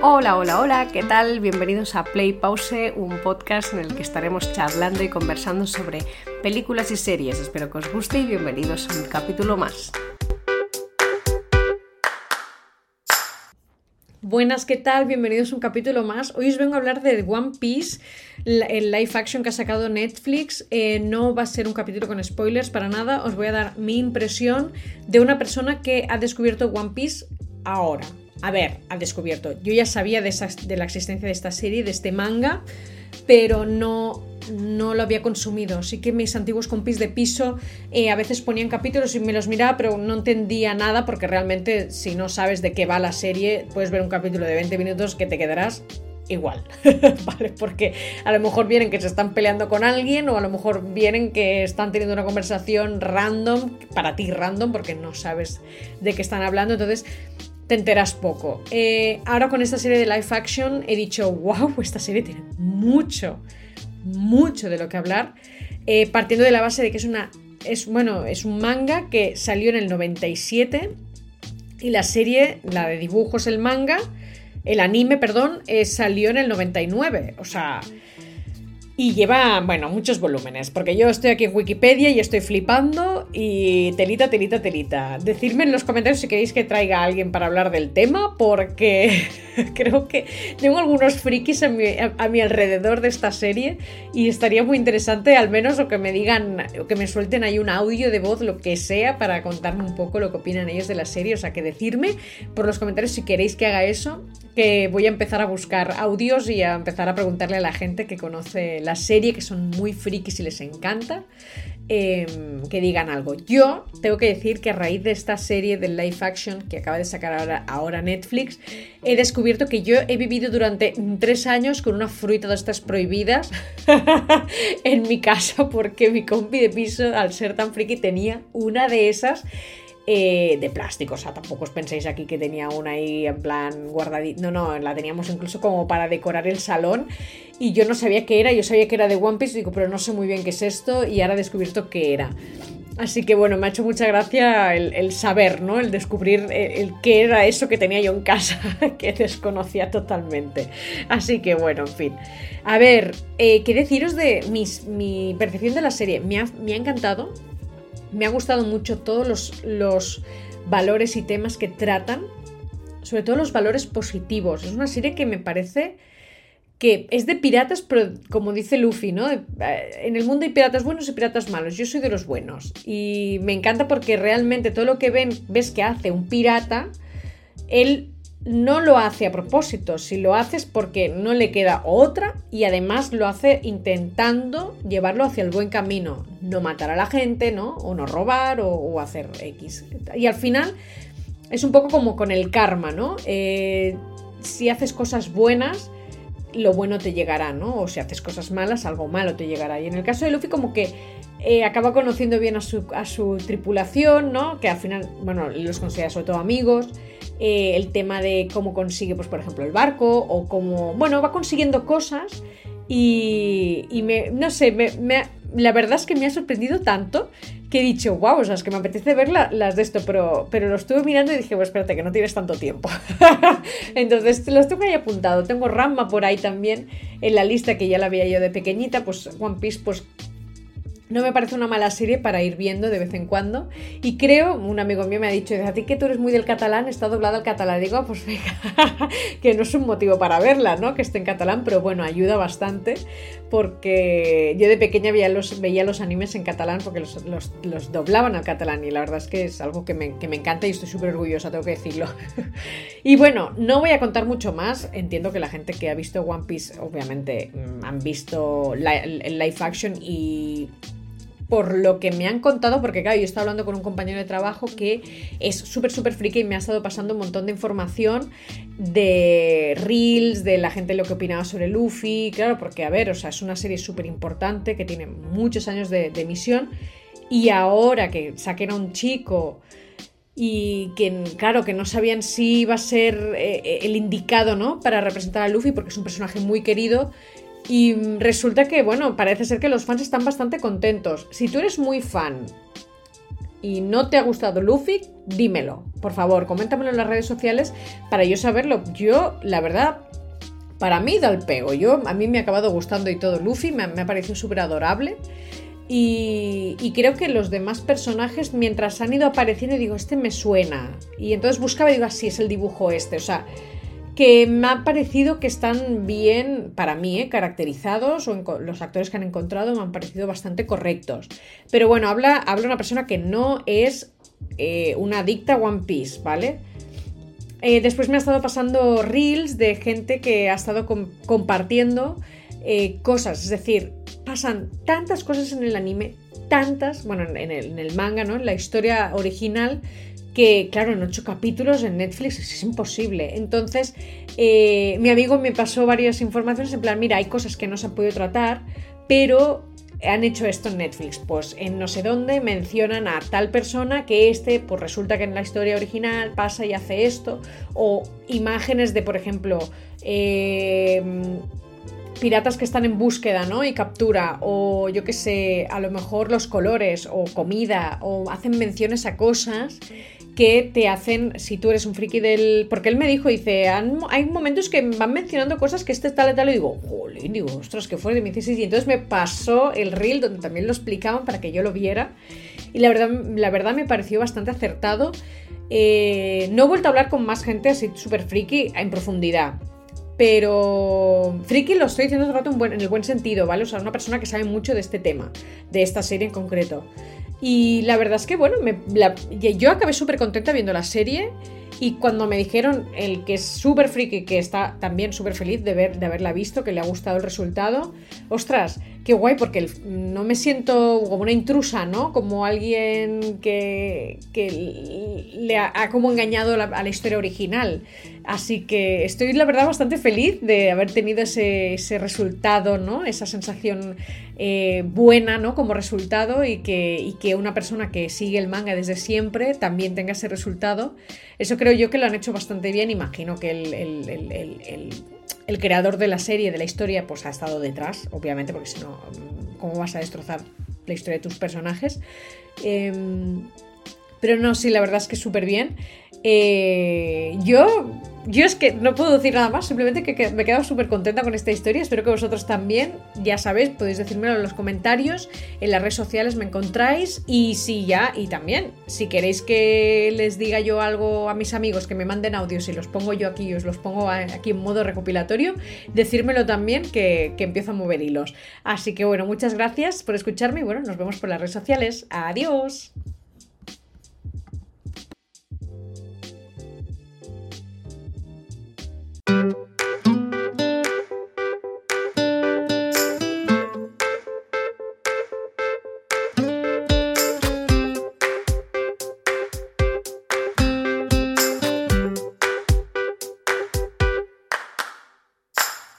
Hola, hola, hola, ¿qué tal? Bienvenidos a Play Pause, un podcast en el que estaremos charlando y conversando sobre películas y series. Espero que os guste y bienvenidos a un capítulo más. Buenas, ¿qué tal? Bienvenidos a un capítulo más. Hoy os vengo a hablar de One Piece, el live action que ha sacado Netflix. No va a ser un capítulo con spoilers para nada. Os voy a dar mi impresión de una persona que ha descubierto One Piece ahora. Ha descubierto. Yo ya sabía de la existencia de esta serie, de este manga, pero no lo había consumido. Sí que mis antiguos compis de piso a veces ponían capítulos y me los miraba, pero no entendía nada porque realmente si no sabes de qué va la serie, puedes ver un capítulo de 20 minutos que te quedarás igual, ¿vale? Porque a lo mejor vienen que se están peleando con alguien o a lo mejor vienen que están teniendo una conversación random, para ti random, porque no sabes de qué están hablando, entonces te enteras poco. Ahora con esta serie de live action he dicho, wow, esta serie tiene mucho de lo que hablar, partiendo de la base de que es un manga que salió en el 97 y la serie, la de dibujos, el anime, salió en el 99, o sea, y lleva, muchos volúmenes, porque yo estoy aquí en Wikipedia y estoy flipando y telita. Decidme en los comentarios si queréis que traiga a alguien para hablar del tema, porque creo que tengo algunos frikis a mi alrededor de esta serie y estaría muy interesante al menos o que me digan, o que me suelten ahí un audio de voz, lo que sea, para contarme un poco lo que opinan ellos de la serie. O sea, que decirme por los comentarios si queréis que haga eso, que voy a empezar a buscar audios y a empezar a preguntarle a la gente que conoce la serie, que son muy frikis y les encanta, que digan algo. Yo tengo que decir que a raíz de esta serie del live action que acaba de sacar ahora Netflix, he descubierto que yo he vivido durante 3 años con una fruta de estas prohibidas en mi casa, porque mi compi de piso, al ser tan friki, tenía una de esas de plástico. O sea, tampoco os penséis aquí que tenía una ahí en plan guardadita. No, la teníamos incluso como para decorar el salón y yo no sabía qué era. Yo sabía que era de One Piece, digo, pero no sé muy bien qué es esto, y ahora he descubierto qué era. Así que me ha hecho mucha gracia el saber, ¿no? El descubrir el qué era eso que tenía yo en casa, que desconocía totalmente. Así que en fin. A ver, ¿qué deciros de mi percepción de la serie? Me ha encantado. Me ha gustado mucho todos los valores y temas que tratan, sobre todo los valores positivos. Es una serie que me parece que es de piratas, pero como dice Luffy, ¿no? En el mundo hay piratas buenos y piratas malos. Yo soy de los buenos. Y me encanta porque realmente todo lo que ves que hace un pirata, él no lo hace a propósito. Si lo hace es porque no le queda otra y además lo hace intentando llevarlo hacia el buen camino. No matar a la gente, ¿no? O no robar o hacer X. Y al final es un poco como con el karma, ¿no? Si haces cosas buenas, lo bueno te llegará, ¿no? O si haces cosas malas, algo malo te llegará. Y en el caso de Luffy, como que acaba conociendo bien a su tripulación, ¿no? Que al final, los considera sobre todo amigos. El tema de cómo consigue, pues por ejemplo, el barco, o cómo, va consiguiendo cosas y la verdad es que me ha sorprendido tanto que he dicho, wow, o sea, es que me apetece ver las de esto, pero lo estuve mirando y dije, espérate, que no tienes tanto tiempo. Entonces los tengo ahí apuntado. Tengo Ranma por ahí también en la lista, que ya la veía yo de pequeñita. Pues One Piece, pues no me parece una mala serie para ir viendo de vez en cuando. Y creo, un amigo mío me ha dicho, a ti que tú eres muy del catalán, está doblado al catalán. Digo, pues venga, que no es un motivo para verla, ¿no? Que esté en catalán, pero ayuda bastante, porque yo de pequeña veía los animes en catalán porque los doblaban al catalán, y la verdad es que es algo que me encanta y estoy súper orgullosa, tengo que decirlo. Y no voy a contar mucho más. Entiendo que la gente que ha visto One Piece, obviamente, han visto el live action, y por lo que me han contado, porque claro, yo estaba hablando con un compañero de trabajo que es súper friki y me ha estado pasando un montón de información de reels, de la gente lo que opinaba sobre Luffy, claro, porque es una serie súper importante que tiene muchos años de emisión, y ahora que saquen a un chico y que claro, que no sabían si iba a ser el indicado, ¿no?, para representar a Luffy, porque es un personaje muy querido. Y resulta que, parece ser que los fans están bastante contentos. Si tú eres muy fan y no te ha gustado Luffy, dímelo. Por favor, coméntamelo en las redes sociales para yo saberlo. Yo, la verdad, para mí da el pego. A mí me ha acabado gustando y todo Luffy, me ha parecido súper adorable. Y creo que los demás personajes, mientras han ido apareciendo, digo, este me suena. Y entonces buscaba y digo, así es el dibujo este. O sea, que me ha parecido que están bien, para mí, caracterizados, o los actores que han encontrado me han parecido bastante correctos. Pero bueno, habla una persona que no es una adicta a One Piece, ¿vale? Después me ha estado pasando reels de gente que ha estado compartiendo cosas, es decir, pasan tantas cosas en el anime, bueno, en el manga, ¿no? En la historia original, que claro, en 8 capítulos en Netflix es imposible. Entonces mi amigo me pasó varias informaciones en plan, mira, hay cosas que no se han podido tratar, pero han hecho esto en Netflix. Pues en no sé dónde mencionan a tal persona que pues resulta que en la historia original pasa y hace esto, o imágenes de, por ejemplo, piratas que están en búsqueda, ¿no? Y captura, o yo qué sé, a lo mejor los colores, o comida, o hacen menciones a cosas que te hacen, si tú eres un friki porque él me dijo, dice, hay momentos que van mencionando cosas que tal y tal, y digo, jolín, digo, ostras, qué fuerte, y me dice, sí, y entonces me pasó el reel donde también lo explicaban para que yo lo viera, y la verdad me pareció bastante acertado. No he vuelto a hablar con más gente así súper friki en profundidad, pero friki lo estoy diciendo todo el rato en el buen sentido, ¿vale? O sea, una persona que sabe mucho de este tema, de esta serie en concreto. Y la verdad es que, bueno, yo acabé súper contenta viendo la serie, y cuando me dijeron el que es súper friki, que está también súper feliz de haberla visto, que le ha gustado el resultado, ostras, qué guay, porque no me siento como una intrusa, ¿no? Como alguien que le ha como engañado a la historia original. Así que estoy, la verdad, bastante feliz de haber tenido ese resultado, ¿no? Esa sensación buena, ¿no? Como resultado, y que una persona que sigue el manga desde siempre también tenga ese resultado. Eso creo yo que lo han hecho bastante bien. Imagino que el creador de la serie, de la historia, pues ha estado detrás, obviamente, porque si no, ¿cómo vas a destrozar la historia de tus personajes? Pero no, sí, la verdad es que súper bien. Yo es que no puedo decir nada más, simplemente que me he quedado súper contenta con esta historia. Espero que vosotros también. Ya sabéis, podéis decírmelo en los comentarios, en las redes sociales me encontráis. Y también, si queréis que les diga yo algo a mis amigos, que me manden audios y los pongo yo aquí, os los pongo aquí en modo recopilatorio, decírmelo también, que empiezo a mover hilos. Así que bueno, muchas gracias por escucharme y bueno, nos vemos por las redes sociales. ¡Adiós!